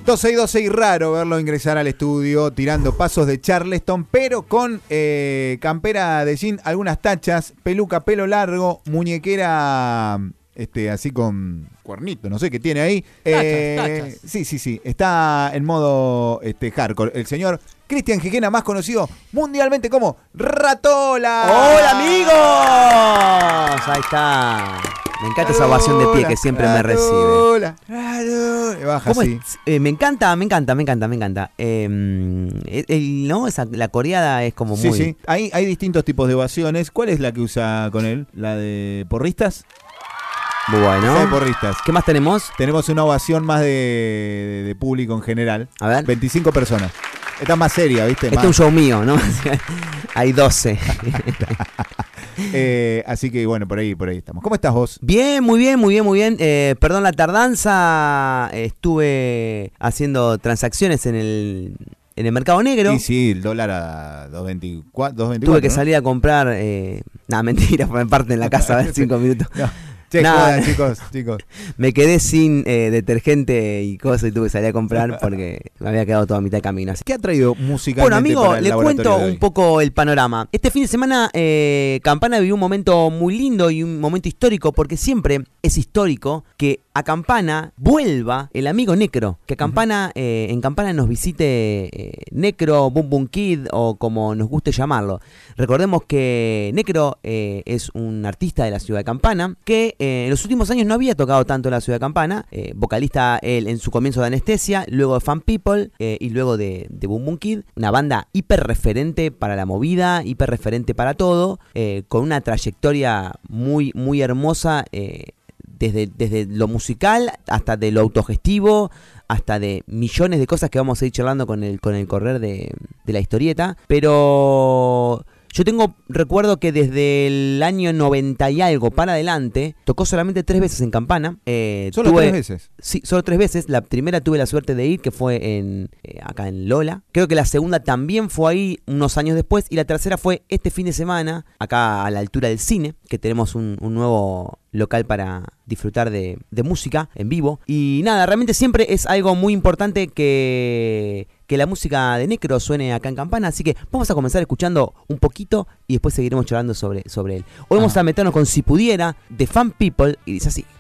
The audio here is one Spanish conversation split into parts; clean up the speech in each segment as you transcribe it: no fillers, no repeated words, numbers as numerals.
12 y 12 y raro verlo ingresar al estudio tirando pasos de Charleston, pero con campera de jean, algunas tachas, peluca, pelo largo, muñequera así con cuernito, no sé qué tiene ahí. Tachas. Sí, está en modo hardcore. El señor Cristian Gijena, más conocido mundialmente como Ratola. ¡Hola, amigos! Ahí está. Me encanta esa ovación de pie que siempre me recibe. Baja así. Me encanta. ¿No? La coreada es como muy... Sí. Hay distintos tipos de ovaciones. ¿Cuál es la que usa con él? ¿La de porristas? Bueno. De porristas. ¿Qué más tenemos? Tenemos una ovación más de público en general. A ver. 25 personas. Esta es más seria, ¿viste? Este es un show mío, ¿no? Hay 12. Así que bueno, por ahí estamos. ¿Cómo estás vos? Bien, muy bien. Perdón la tardanza. Estuve haciendo transacciones en el mercado negro. Sí, el dólar a 2.24. Tuve que salir a comprar. Mentira, por mi parte en la casa, a ver, 5 minutos. No. Jodan, chicos. Me quedé sin detergente y cosas y tuve que salir a comprar porque me había quedado toda a mitad de camino. ¿Qué ha traído musicalmente? Bueno, amigo, para el le cuento de hoy? un poco el panorama. Este fin de semana Campana vivió un momento muy lindo y un momento histórico, porque siempre es histórico que a Campana vuelva el amigo Necro. Que Campana, en Campana nos visite Necro, Boom Boom Kid o como nos guste llamarlo. Recordemos que Necro es un artista de la ciudad de Campana que en los últimos años no había tocado tanto en la ciudad de Campana. Vocalista él en su comienzo de Anestesia, luego de Fan People y luego de Boom Boom Kid. Una banda hiper referente para la movida, hiper referente para todo, con una trayectoria muy, muy hermosa. Desde lo musical hasta de lo autogestivo, hasta de millones de cosas que vamos a ir charlando con el correr de la historieta. Pero yo recuerdo que desde el año 90 y algo para adelante tocó solamente 3 veces en Campana. ¿Solo 3 veces? Sí, solo 3 veces. La primera tuve la suerte de ir, que fue acá en Lola. Creo que la segunda también fue ahí unos años después. Y la tercera fue este fin de semana, acá a la altura del cine, que tenemos un nuevo local para disfrutar de música en vivo. Y nada, realmente siempre es algo muy importante que la música de Necro suene acá en Campana. Así que vamos a comenzar escuchando un poquito y después seguiremos charlando sobre él. Hoy vamos a meternos con Si Pudiera, de Fan People, y dice así.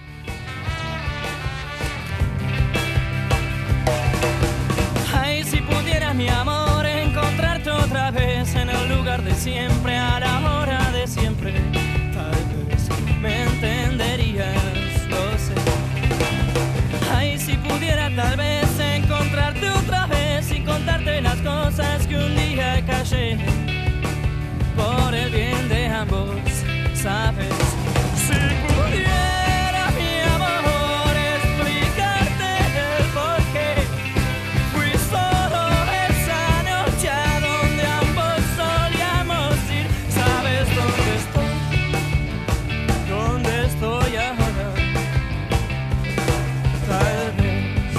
Ay, si pudiera, mi amor, encontrarte otra vez en el lugar de siempre, a la hora de siempre, tal vez me entenderías, lo sé. Ay, si pudiera tal vez encontrarte otra vez y contarte las cosas que un día callé, por el bien de ambos, ¿sabes? Si pudiera, mi amor, explicarte el porqué, fui solo esa noche a donde ambos solíamos ir. ¿Sabes dónde estoy ahora? Tal vez.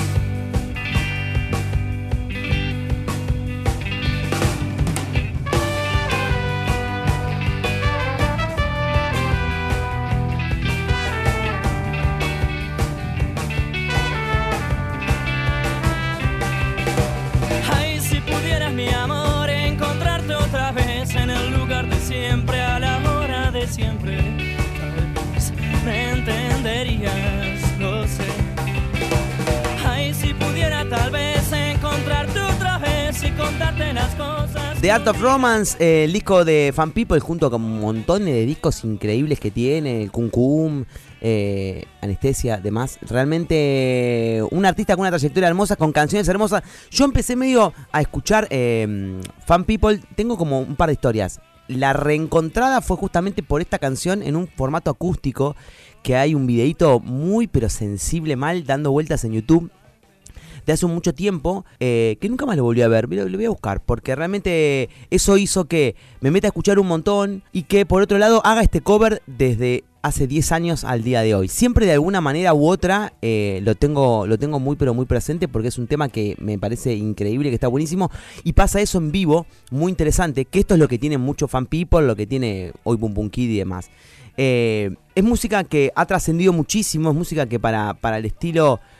Mi amor, encontrarte otra vez en el lugar de siempre, a la hora de siempre, tal vez me entenderías, lo sé. Ay, si pudiera tal vez encontrarte otra vez y contarte las cosas. The Art of Romance, el disco de Fan People, junto con un montón de discos increíbles que tiene, el Cum Cum, Anestesia, demás. Realmente un artista con una trayectoria hermosa, con canciones hermosas. Yo empecé medio a escuchar Fan People. Tengo como un par de historias. La reencontrada fue justamente por esta canción en un formato acústico, que hay un videíto muy pero sensible mal dando vueltas en YouTube de hace mucho tiempo, que nunca más lo volví a ver. Lo voy a buscar, porque realmente eso hizo que me meta a escuchar un montón y que por otro lado haga este cover desde hace 10 años al día de hoy. Siempre de alguna manera u otra lo tengo muy pero muy presente, porque es un tema que me parece increíble, que está buenísimo, y pasa eso en vivo, muy interesante, que esto es lo que tiene mucho Fan People, lo que tiene hoy Boom Boom Kid y demás. Es música que ha trascendido muchísimo, es música que para el estilo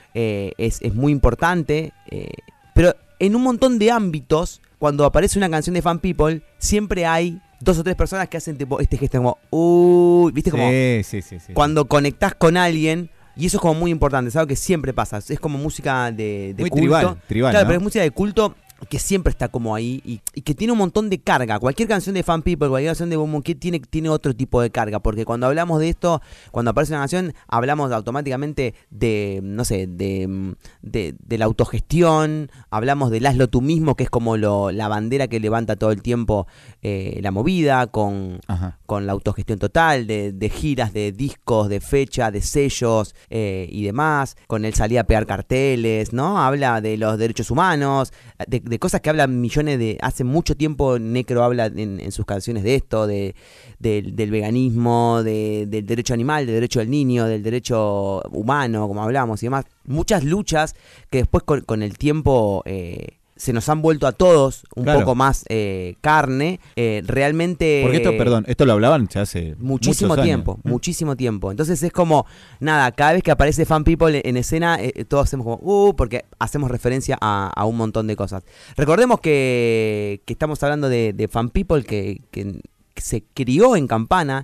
es muy importante, pero en un montón de ámbitos, cuando aparece una canción de Fun People, siempre hay 2 o 3 personas que hacen tipo este gesto como, ¿viste? Como sí. cuando conectás con alguien, y eso es como muy importante, es algo que siempre pasa, es como música de muy culto. Tribal, claro, ¿no? pero es música de culto que siempre está como ahí y que tiene un montón de carga. Cualquier canción de Fun People, cualquier canción de Boom Boom Kid tiene otro tipo de carga, porque cuando hablamos de esto, cuando aparece una canción, hablamos automáticamente de, no sé, de la autogestión, hablamos del hazlo tú mismo, que es como la bandera que levanta todo el tiempo la movida, con la autogestión total, de giras, de discos, de fecha, de sellos y demás, con él salía a pegar carteles, ¿no? Habla de los derechos humanos, de cosas que hablan millones de... Hace mucho tiempo Necro habla en sus canciones de esto, del veganismo, del derecho animal, del derecho del niño, del derecho humano, como hablamos y demás. Muchas luchas que después con el tiempo... se nos han vuelto a todos un poco más carne, realmente... Porque esto lo hablaban ya hace muchísimo tiempo. Entonces es como, nada, cada vez que aparece Fun People en escena, todos hacemos como, porque hacemos referencia a un montón de cosas. Recordemos que estamos hablando de Fun People que se crió en Campana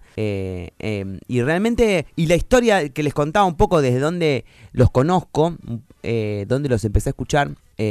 y realmente, y la historia que les contaba un poco desde donde los conozco, donde los empecé a escuchar,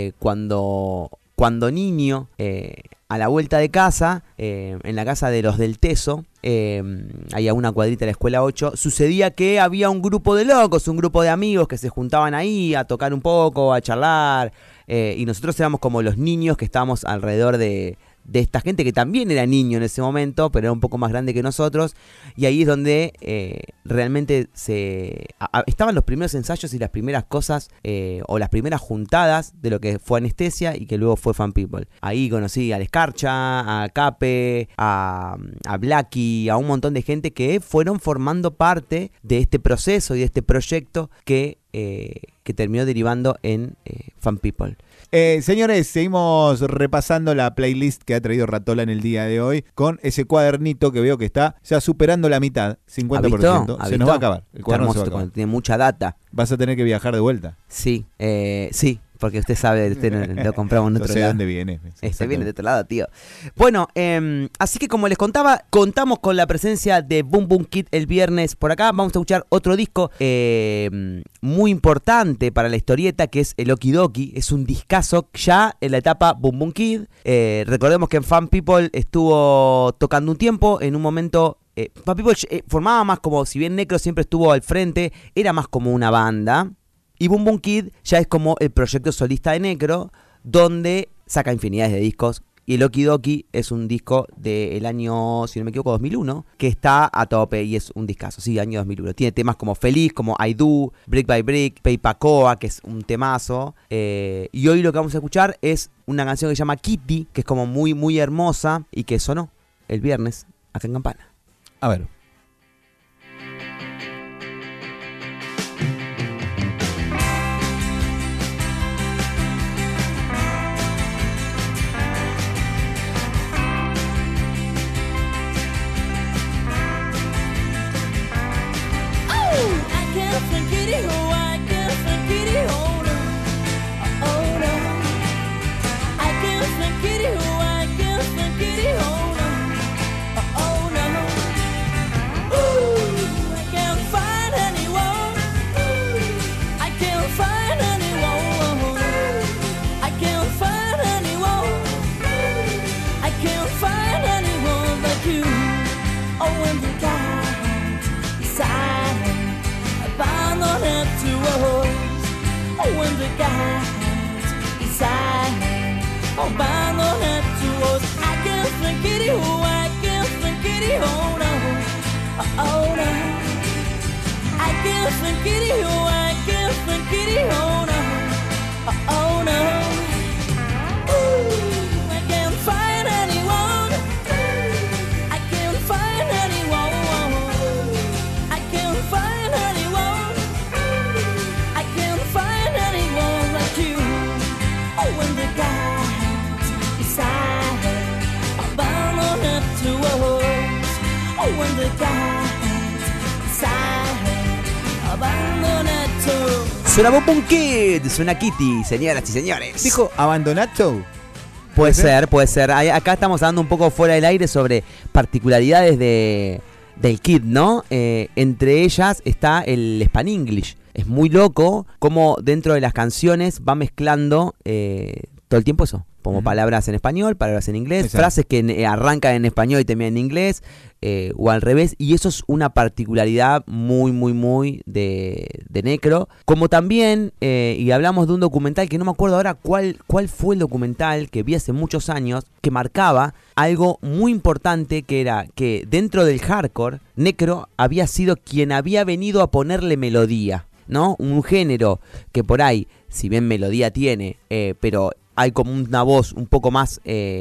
cuando niño, a la vuelta de casa, en la casa de los del Teso, ahí a una cuadrita de la escuela 8, sucedía que había un grupo de locos, un grupo de amigos que se juntaban ahí a tocar un poco, a charlar, y nosotros éramos como los niños que estábamos alrededor de esta gente que también era niño en ese momento, pero era un poco más grande que nosotros, y ahí es donde realmente estaban los primeros ensayos y las primeras cosas, o las primeras juntadas de lo que fue Anestesia y que luego fue Fun People. Ahí conocí a Escarcha, a Cape, a Blacky, a un montón de gente que fueron formando parte de este proceso y de este proyecto que terminó derivando en Fun People. Señores, seguimos repasando la playlist que ha traído Ratola en el día de hoy con ese cuadernito que veo que está ya superando la mitad, 50%. Se nos va a acabar. El cuaderno se va a acabar. Tiene mucha data. ¿Vas a tener que viajar de vuelta? Sí, porque usted sabe, lo compramos en otro lado. No sé de dónde viene. Viene de otro lado, tío. Bueno, así que como les contaba, contamos con la presencia de Boom Boom Kid el viernes por acá. Vamos a escuchar otro disco muy importante para la historieta, que es el Okidoki. Es un discazo ya en la etapa Boom Boom Kid. Recordemos que en Fun People estuvo tocando un tiempo, en un momento... Fun People formaba más como, si bien Necro siempre estuvo al frente, era más como una banda. Y Boom Boom Kid ya es como el proyecto solista de Necro, donde saca infinidades de discos. Y el Okidoki es un disco del año, si no me equivoco, 2001, que está a tope y es un discazo, sí, año 2001. Tiene temas como Feliz, como I Do, Brick by Brick, Peipacoa, que es un temazo. Y hoy lo que vamos a escuchar es una canción que se llama Kitty, que es como muy, muy hermosa y que sonó el viernes acá en Campana. A ver. Suena Boom Boom Kid, suena Kitty, señoras y señores. ¿Dijo abandonad show? Puede ser, puede ser. Acá estamos hablando un poco fuera del aire sobre particularidades del Kid, ¿no? Entre ellas está el Spanglish. Es muy loco cómo dentro de las canciones va mezclando todo el tiempo eso. Como palabras en español, palabras en inglés, exacto, frases que arrancan en español y terminan en inglés, o al revés. Y eso es una particularidad muy, muy, muy de Necro. Como también, y hablamos de un documental que no me acuerdo ahora cuál fue el documental que vi hace muchos años, que marcaba algo muy importante, que era que dentro del hardcore, Necro había sido quien había venido a ponerle melodía, ¿no? Un género que por ahí, si bien melodía tiene, pero hay como una voz un poco más,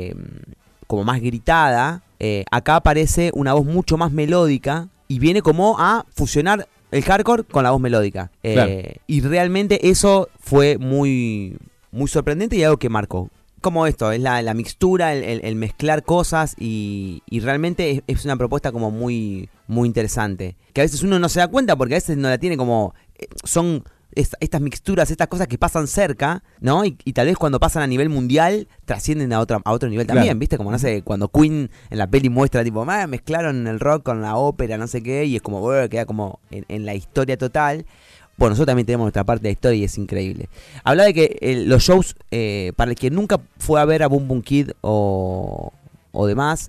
como más gritada. Acá aparece una voz mucho más melódica y viene como a fusionar el hardcore con la voz melódica. Claro. Y realmente eso fue muy, muy sorprendente y algo que marcó. Como esto, es la mixtura, el mezclar cosas y realmente es una propuesta como muy, muy interesante. Que a veces uno no se da cuenta porque a veces no la tiene como... son... estas mixturas, estas cosas que pasan cerca, ¿no? Y tal vez cuando pasan a nivel mundial trascienden a otro nivel también, claro, ¿viste? Como, no sé, cuando Queen en la peli muestra, tipo, mezclaron el rock con la ópera, no sé qué, y es como, queda como en la historia total. Bueno, nosotros también tenemos nuestra parte de la historia y es increíble. Hablaba de que los shows, para el que nunca fue a ver a Boom Boom Kid o demás,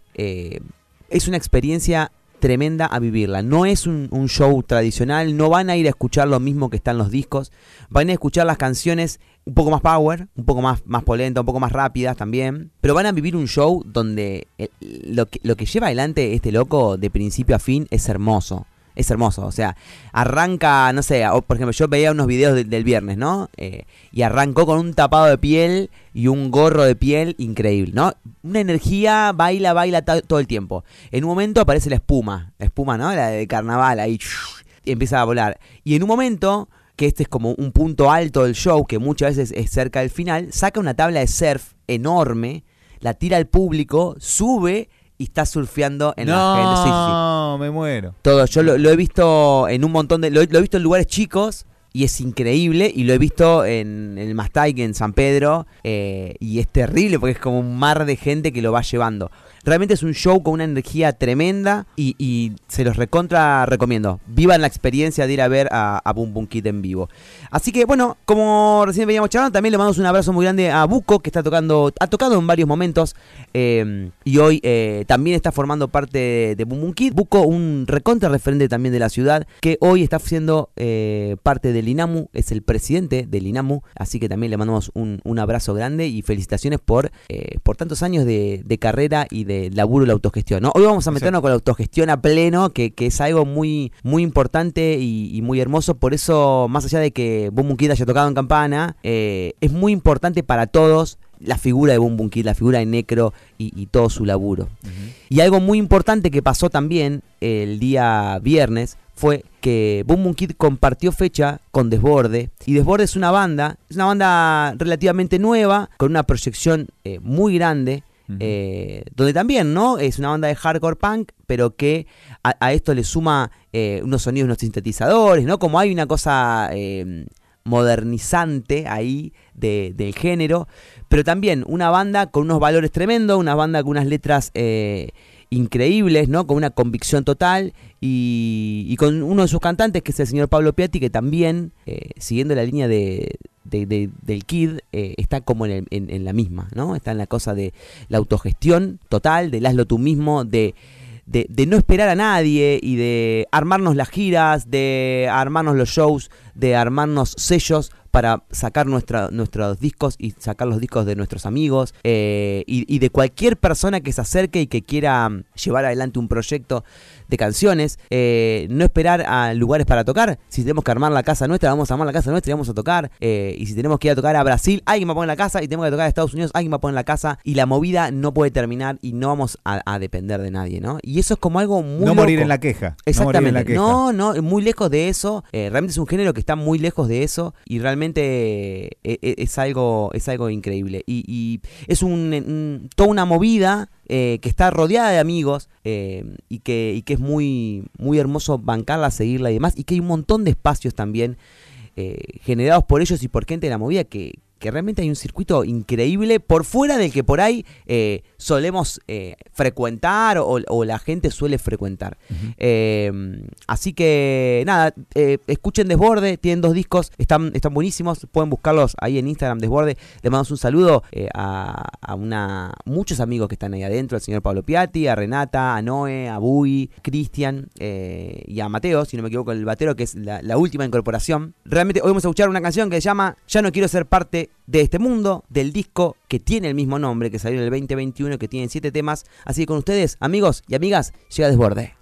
es una experiencia tremenda a vivirla. No es un show tradicional, no van a ir a escuchar lo mismo que están los discos, van a escuchar las canciones un poco más power, un poco más polenta, un poco más rápidas también, pero van a vivir un show donde lo que lleva adelante este loco de principio a fin es hermoso. Es hermoso, o sea, arranca, no sé, por ejemplo, yo veía unos videos del viernes, ¿no? Y arrancó con un tapado de piel y un gorro de piel increíble, ¿no? Una energía, baila todo el tiempo. En un momento aparece la espuma, ¿no? La de carnaval, ahí, y empieza a volar. Y en un momento, que este es como un punto alto del show, que muchas veces es cerca del final, saca una tabla de surf enorme, la tira al público, sube y está surfeando en la gente. Sí, No, me muero. todo, yo lo he visto en un montón de... Lo he visto en lugares chicos y es increíble. Y lo he visto en el Mastaic, en San Pedro. Y es terrible porque es como un mar de gente que lo va llevando. Realmente es un show con una energía tremenda y se los recontra recomiendo. Vivan la experiencia de ir a ver a Boom Boom Kid en vivo. Así que bueno, como recién veníamos charlando, también le mandamos un abrazo muy grande a Buco, que ha tocado en varios momentos y hoy también está formando parte de Boom Boom Kid. Buco, un recontra referente también de la ciudad, que hoy está siendo parte del INAMU, es el presidente del INAMU, así que también le mandamos un abrazo grande y felicitaciones por tantos años de carrera y de laburo y la autogestión, ¿no? Hoy vamos a meternos con la autogestión a pleno, que es algo muy, muy importante y muy hermoso. Por eso, más allá de que Boom Boom Kid haya tocado en Campana, es muy importante para todos la figura de Boom Boom Kid, la figura de Necro y todo su laburo. Y algo muy importante que pasó también el día viernes fue que Boom Boom Kid compartió fecha con Desborde. Y Desborde es una banda relativamente nueva, con una proyección muy grande. Donde también, ¿no? Es una banda de hardcore punk, pero que a esto le suma unos sonidos, unos sintetizadores, ¿no? Como hay una cosa modernizante ahí del género, pero también una banda con unos valores tremendos, una banda con unas letras increíbles, ¿no? Con una convicción total y con uno de sus cantantes, que es el señor Pablo Piatti, que también, siguiendo la línea del Kid, está como en la misma, ¿no? Está en la cosa de la autogestión total, del hazlo tú mismo, de no esperar a nadie y de armarnos las giras, de armarnos los shows, de armarnos sellos para sacar nuestros discos y sacar los discos de nuestros amigos y de cualquier persona que se acerque y que quiera llevar adelante un proyecto de canciones. No esperar a lugares para tocar. Si tenemos que armar la casa nuestra, vamos a armar la casa nuestra y vamos a tocar. Y si tenemos que ir a tocar a Brasil, alguien va a poner la casa. Y tenemos que tocar a Estados Unidos, alguien va a poner la casa. Y la movida no puede terminar y no vamos a depender de nadie, ¿no? Y eso es como algo muy no loco. Morir en la queja. Exactamente. No, muy lejos de eso. Realmente es un género que está muy lejos de eso. Y realmente es algo increíble. Y es toda una movida que está rodeada de amigos y que es muy, muy hermoso bancarla, seguirla y demás. Y que hay un montón de espacios también generados por ellos y por gente de la movida que realmente hay un circuito increíble por fuera del que por ahí solemos frecuentar o la gente suele frecuentar. Así que nada, escuchen Desborde, tienen 2 discos, están buenísimos, pueden buscarlos ahí en Instagram, Desborde. Les mandamos un saludo a muchos amigos que están ahí adentro, al señor Pablo Piatti, a Renata, a Noé, a Bui, Cristian y a Mateo, si no me equivoco, el batero, que es la última incorporación. Realmente hoy vamos a escuchar una canción que se llama Ya no quiero ser parte de este mundo, del disco que tiene el mismo nombre, que salió en el 2021, que tiene 7 temas. Así que con ustedes, amigos y amigas, llega Desborde.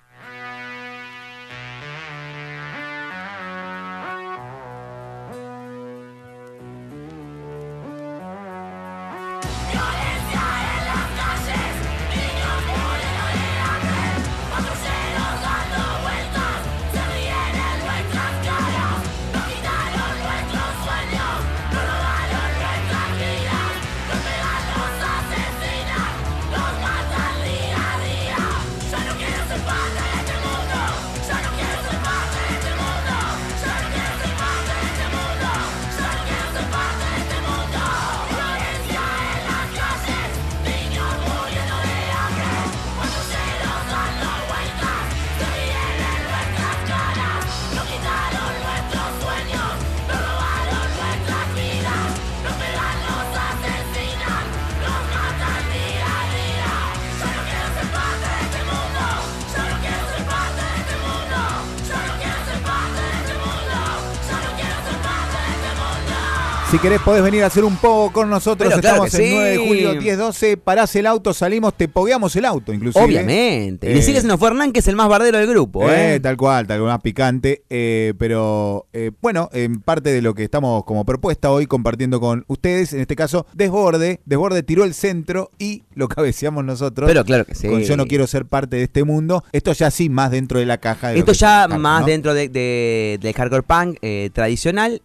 Si querés podés venir a hacer un pogo con nosotros. Pero claro estamos el 9 de julio 10-12, parás el auto, salimos, te pogueamos el auto inclusive. Obviamente. Y decirle que no fue Hernán, que es el más bardero del grupo. Tal cual, más picante. Pero bueno, en parte de lo que estamos como propuesta hoy compartiendo con ustedes, en este caso, Desborde tiró el centro y lo cabeceamos nosotros. Pero claro que sí. Con Yo no quiero ser parte de este mundo. Esto ya sí más dentro de la caja. Esto ya más, ¿no? Dentro del hardcore punk tradicional.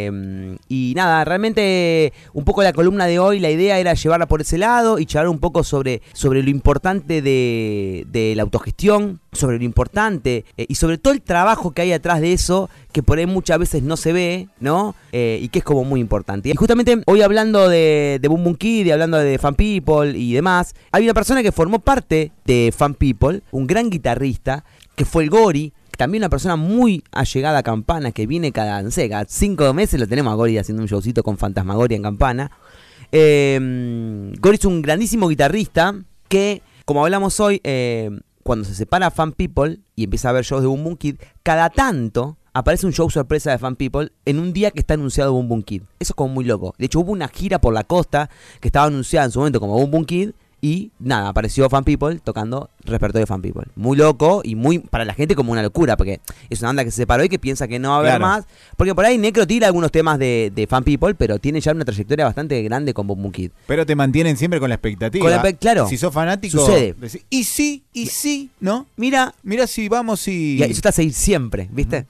Y nada, realmente un poco la columna de hoy, la idea era llevarla por ese lado y charlar un poco sobre lo importante de la autogestión, sobre lo importante y sobre todo el trabajo que hay atrás de eso, que por ahí muchas veces no se ve, ¿no? Y que es como muy importante. Y justamente hoy hablando de Boom Boom Kid y hablando de Fan People y demás, hay una persona que formó parte de Fan People, un gran guitarrista, que fue el Gori. También una persona muy allegada a Campana, que viene cada 5 meses lo tenemos a Gori haciendo un showcito con Fantasmagoria en Campana. Gori es un grandísimo guitarrista que, como hablamos hoy, cuando se separa Fan People y empieza a ver shows de Boom Boom Kid, cada tanto aparece un show sorpresa de Fan People en un día que está anunciado Boom Boom Kid. Eso es como muy loco. De hecho, hubo una gira por la costa que estaba anunciada en su momento como Boom Boom Kid. Y nada, apareció Fan People tocando repertorio de Fan People. Muy loco y muy para la gente como una locura, porque es una banda que se separó y que piensa que no va a haber más. Porque por ahí Necro tira algunos temas de Fan People, pero tiene ya una trayectoria bastante grande con Boom Boom Kid. Pero te mantienen siempre con la expectativa. Claro. Si sos fanático, sucede. Decís, y sí, ¿no? Mira si vamos y eso está a seguir siempre, ¿viste?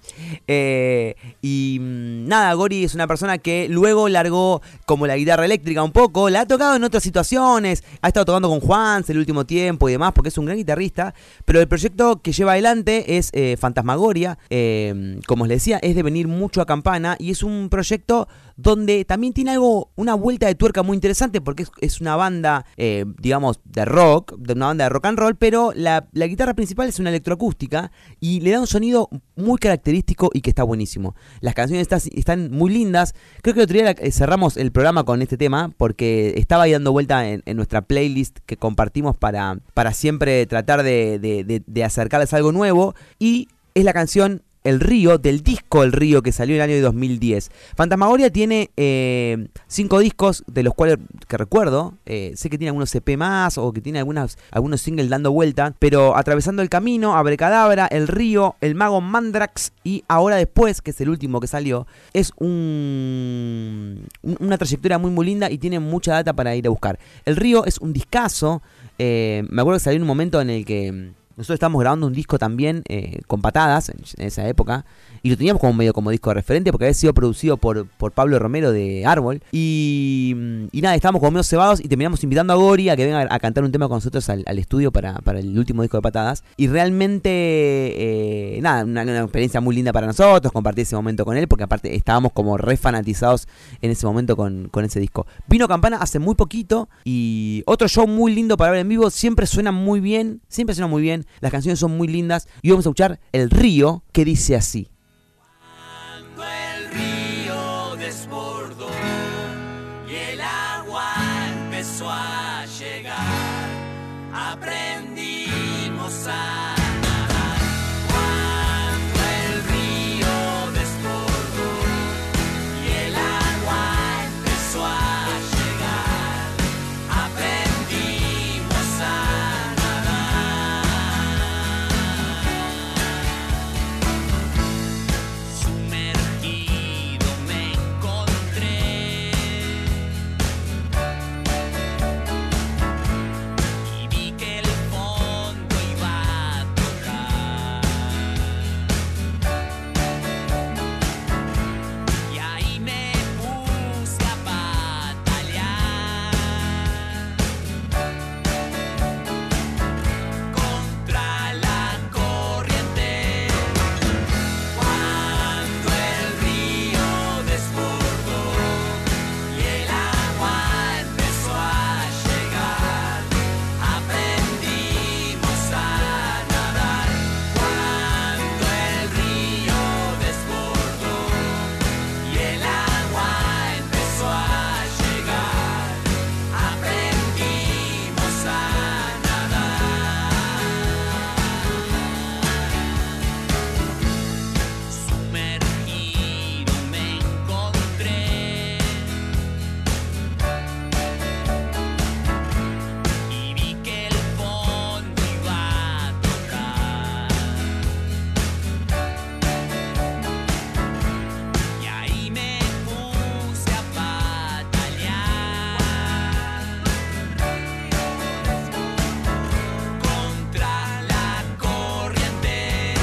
Nada, Gori es una persona que luego largó como la guitarra eléctrica un poco, la ha tocado en otras situaciones, ha estado tocando con Juan el último tiempo y demás, porque es un gran guitarrista, pero el proyecto que lleva adelante es Fantasmagoria, como les decía, es de venir mucho a Campana y es un proyecto donde también tiene una vuelta de tuerca muy interesante, porque es una banda, digamos, de rock, una banda de rock and roll, pero la guitarra principal es una electroacústica y le da un sonido muy característico y que está buenísimo. Las canciones están muy lindas. Creo que el otro día cerramos el programa con este tema porque estaba ahí dando vuelta en nuestra playlist que compartimos para siempre tratar de acercarles algo nuevo, y es la canción El Río, del disco El Río, que salió en el año de 2010. Fantasmagoria tiene 5 discos, de los cuales que recuerdo, sé que tiene algunos EP más o que tiene algunos singles dando vuelta, pero Atravesando el Camino, Abrecadabra, El Río, El Mago Mandrax y Ahora Después, que es el último que salió, es una trayectoria muy muy linda y tiene mucha data para ir a buscar. El Río es un discazo. Me acuerdo que salió en un momento en el que Nosotros estábamos grabando un disco también con Patadas en esa época, y lo teníamos como medio como disco de referente porque había sido producido por Pablo Romero de Árbol, y nada, estábamos como medio cebados y terminamos invitando a Gori a que venga a cantar un tema con nosotros al estudio para el último disco de Patadas, y realmente nada, una experiencia muy linda para nosotros compartir ese momento con él, porque aparte estábamos como re fanatizados en ese momento con ese disco. Vino Campana hace muy poquito, y otro show muy lindo para ver en vivo, siempre suena muy bien, las canciones son muy lindas, y vamos a escuchar El Río, que dice así. Cuando el río desbordó y el agua empezó a llegar, aprendimos a nadar. Cuando el río desbordó y el agua empezó a llegar, aprendimos a sumergido me encontré y vi que el fondo iba a tocar, y ahí me puse a batallar contra la corriente. Cuando el río desbordó y el agua empezó a llegar, aprendimos a nadar. Cuando el río desbordó y el agua empezó a llegar, aprendimos a nadar. Sumergido me encontré y vi que el fondo iba a tocar, y ahí me puse a batallar contra la corriente.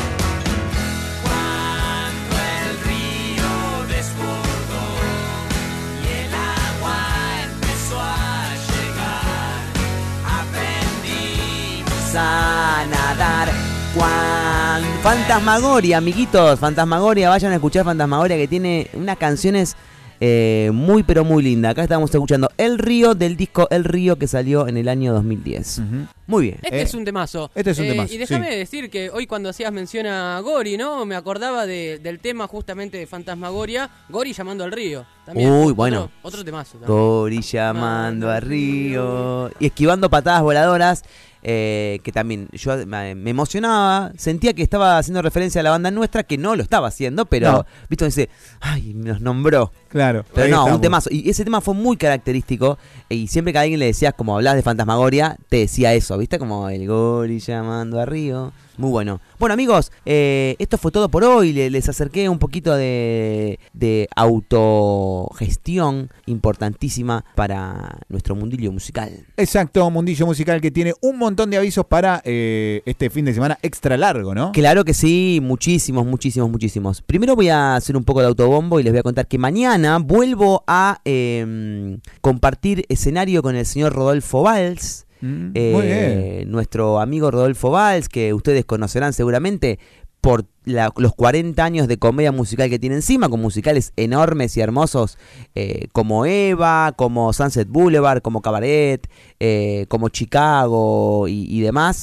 Cuando el río desbordó y el agua empezó a llegar, aprendimos A nadar. Fantasmagoria, amiguitos, Fantasmagoria, vayan a escuchar Fantasmagoria, que tiene unas canciones muy pero muy lindas. Acá estamos escuchando El Río, del disco El Río, que salió en el año 2010. Muy bien. Este es un temazo. Este es un temazo, Y déjame sí. decir que hoy cuando hacías mención a Gori, ¿no? Me acordaba del tema justamente de Fantasmagoria, Gori llamando al río. También. Uy, bueno. Otro temazo también. Gori llamando a Río y esquivando patadas voladoras, que también yo me emocionaba, sentía que estaba haciendo referencia a la banda nuestra, que no lo estaba haciendo, pero No. viste, dice, ay, nos nombró. Claro. Pero ahí no, estamos. un temazo. Y ese tema fue muy característico. Y siempre que a alguien le decías, como hablabas de Fantasmagoria, te decía eso, ¿viste? Como el Gori llamando a Río. Muy bueno. Bueno, amigos, esto fue todo por hoy. Les acerqué un poquito de autogestión importantísima para nuestro mundillo musical. Exacto, mundillo musical que tiene un montón de avisos para este fin de semana extra largo, ¿no? Claro que sí, muchísimos. Primero voy a hacer un poco de autobombo y les voy a contar que mañana vuelvo a compartir escenario con el señor Rodolfo Valls. Muy bien. Nuestro amigo Rodolfo Valls, que ustedes conocerán seguramente por los 40 años de comedia musical que tiene encima, con musicales enormes y hermosos como Eva, como Sunset Boulevard, como Cabaret, como Chicago y demás.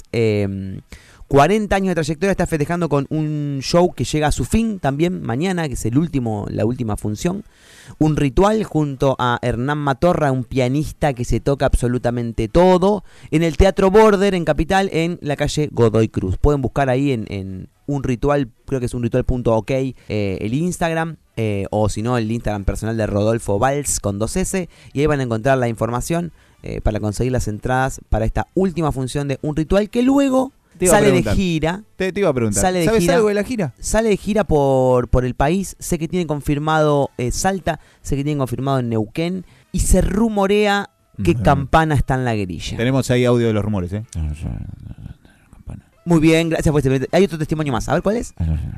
40 años de trayectoria, está festejando con un show que llega a su fin también mañana, que es la última función. Un ritual junto a Hernán Matorra, un pianista que se toca absolutamente todo, en el Teatro Border en Capital, en la calle Godoy Cruz. Pueden buscar ahí en un ritual, creo que es unritual.ok, el Instagram, o si no el Instagram personal de Rodolfo Valls con 2S, y ahí van a encontrar la información para conseguir las entradas para esta última función de Un Ritual, que luego sale de gira. Te iba a preguntar. Sale de ¿Sabes gira. algo de la gira? Sale de gira por el país. Sé que tienen confirmado Salta, sé que tienen confirmado en Neuquén, y se rumorea que Campana está en la grilla. Tenemos ahí audio de los rumores, ¿eh? Muy bien, gracias por este. Hay otro testimonio más. A ver, ¿cuál es?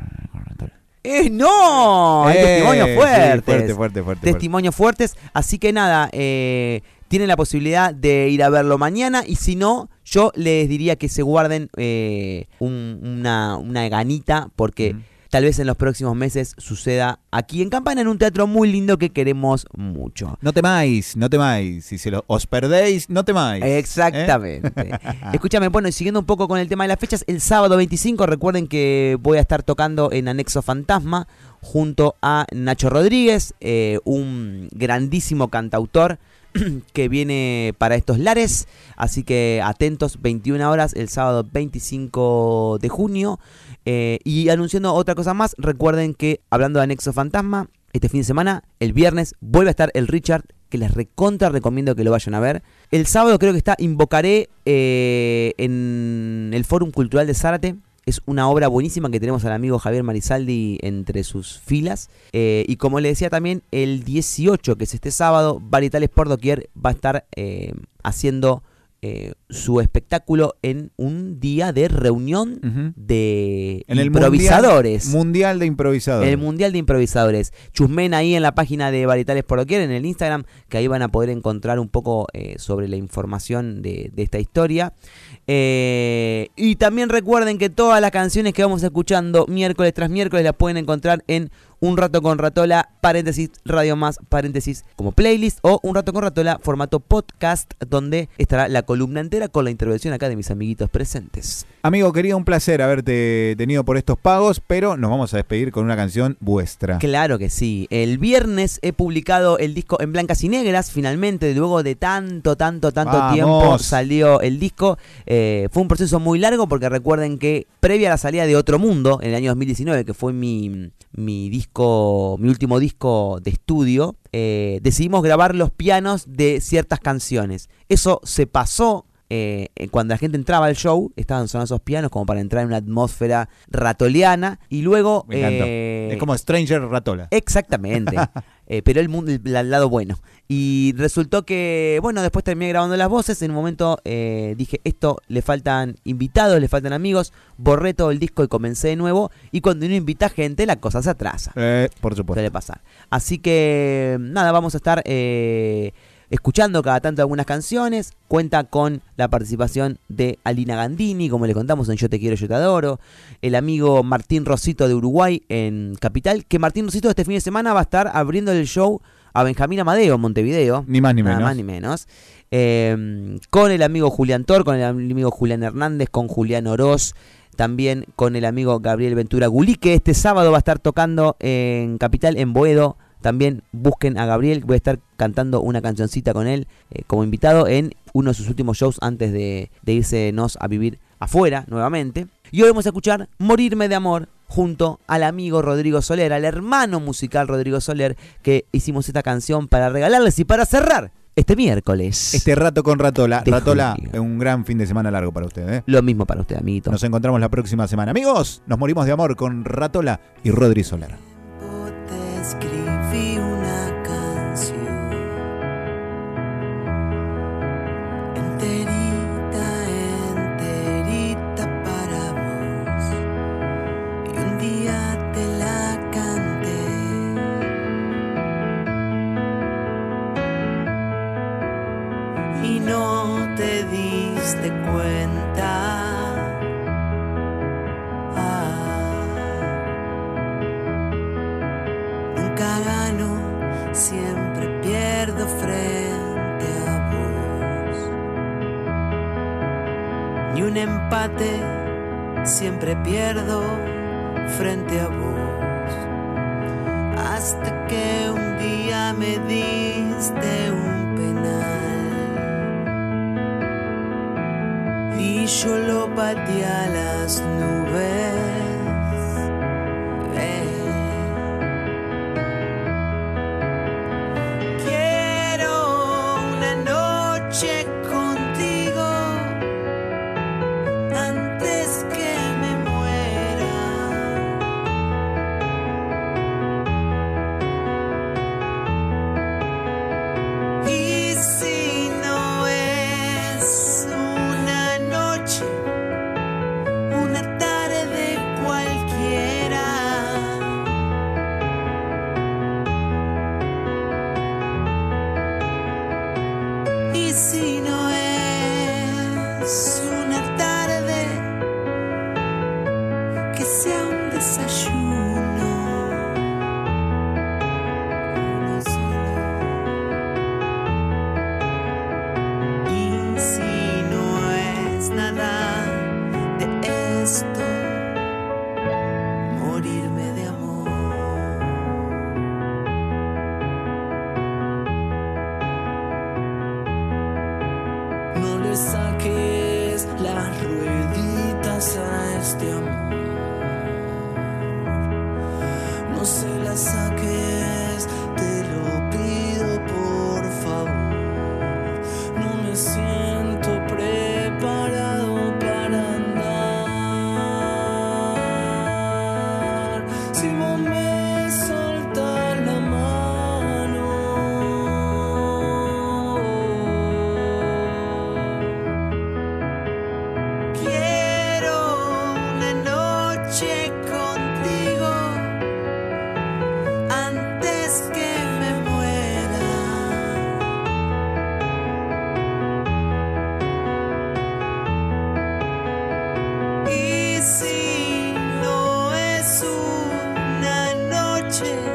¡No! Hay testimonios fuertes. Sí, fuerte. Testimonios fuertes. Así que nada, tienen la posibilidad de ir a verlo mañana. Y si no, yo les diría que se guarden una ganita. Porque tal vez en los próximos meses suceda aquí en Campana, en un teatro muy lindo que queremos mucho. No temáis. Si os perdéis, no temáis. Exactamente. Escúchame, bueno, y siguiendo un poco con el tema de las fechas, el sábado 25, recuerden que voy a estar tocando en Anexo Fantasma junto a Nacho Rodríguez, un grandísimo cantautor que viene para estos lares, así que atentos, 21 horas el sábado 25 de junio. Y anunciando otra cosa más, recuerden que hablando de Anexo Fantasma, este fin de semana, el viernes, vuelve a estar el Richard, que les recontra recomiendo que lo vayan a ver. El sábado creo que está Invocaré en el Fórum Cultural de Zárate. Es una obra buenísima que tenemos al amigo Javier Marizaldi entre sus filas. Y como le decía también, el 18, que es este sábado, Varietales por Doquier va a estar haciendo su espectáculo en un día de reunión de en el improvisadores. Mundial de Improvisadores. El Mundial de Improvisadores. Chusmen ahí en la página de Varietales por Doquier, en el Instagram, que ahí van a poder encontrar un poco sobre la información de esta historia. Y también recuerden que todas las canciones que vamos escuchando miércoles tras miércoles las pueden encontrar en Un Rato con Ratola, paréntesis, Radio Más, paréntesis, como playlist, o Un Rato con Ratola, formato podcast, donde estará la columna entera con la intervención acá de mis amiguitos presentes. Amigo querido, un placer haberte tenido por estos pagos, pero nos vamos a despedir con una canción vuestra. Claro que sí. El viernes he publicado el disco En Blancas y Negras, finalmente, luego de tanto tiempo salió el disco. Fue un proceso muy largo porque recuerden que previa a la salida de Otro Mundo, en el año 2019, que fue mi último disco de estudio, decidimos grabar los pianos de ciertas canciones. Eso se pasó cuando la gente entraba al show, estaban sonando esos pianos como para entrar en una atmósfera ratoliana, y luego Me encantó. Es como Stranger Ratola. Exactamente. Pero el lado bueno. Y resultó que, bueno, después terminé grabando las voces. En un momento dije, esto le faltan invitados, le faltan amigos. Borré todo el disco y comencé de nuevo. Y cuando uno invita gente, la cosa se atrasa. Por supuesto. Suele pasar. Así que, nada, vamos a estar escuchando cada tanto algunas canciones. Cuenta con la participación de Alina Gandini, como le contamos en Yo Te Quiero, Yo Te Adoro. El amigo Martín Rosito de Uruguay en Capital, que Martín Rosito este fin de semana va a estar abriendo el show a Benjamín Amadeo en Montevideo. Ni más ni menos. Nada más ni menos. Con el amigo Julián Tor, con el amigo Julián Hernández, con Julián Oroz. También con el amigo Gabriel Ventura Gulí, que este sábado va a estar tocando en Capital, en Boedo. También busquen a Gabriel, voy a estar cantando una cancioncita con él como invitado en uno de sus últimos shows antes de irsenos a vivir afuera nuevamente. Y hoy vamos a escuchar Morirme de Amor junto al amigo Rodrigo Soler, al hermano musical Rodrigo Soler, que hicimos esta canción para regalarles y para cerrar este miércoles. Este Rato con Ratola. De Ratola, junio. un gran fin de semana largo para usted, ¿eh? Lo mismo para usted, amiguito. Nos encontramos la próxima semana. Amigos, nos morimos de amor con Ratola y Rodri Soler. Te escribí una canción enterita para vos, y un día te la canté y no te diste cuenta. Nunca gano, siempre pierdo frente a vos. Ni un empate, siempre pierdo frente a vos. Hasta que un día me diste un penal y yo lo pateé a las nubes. Contigo antes que me muera, y si no es una noche, un saques, te lo pido por favor. No me siento preparado para andar. Si vos me soltás la mano, quiero una noche contigo antes que me muera. Y si no es una noche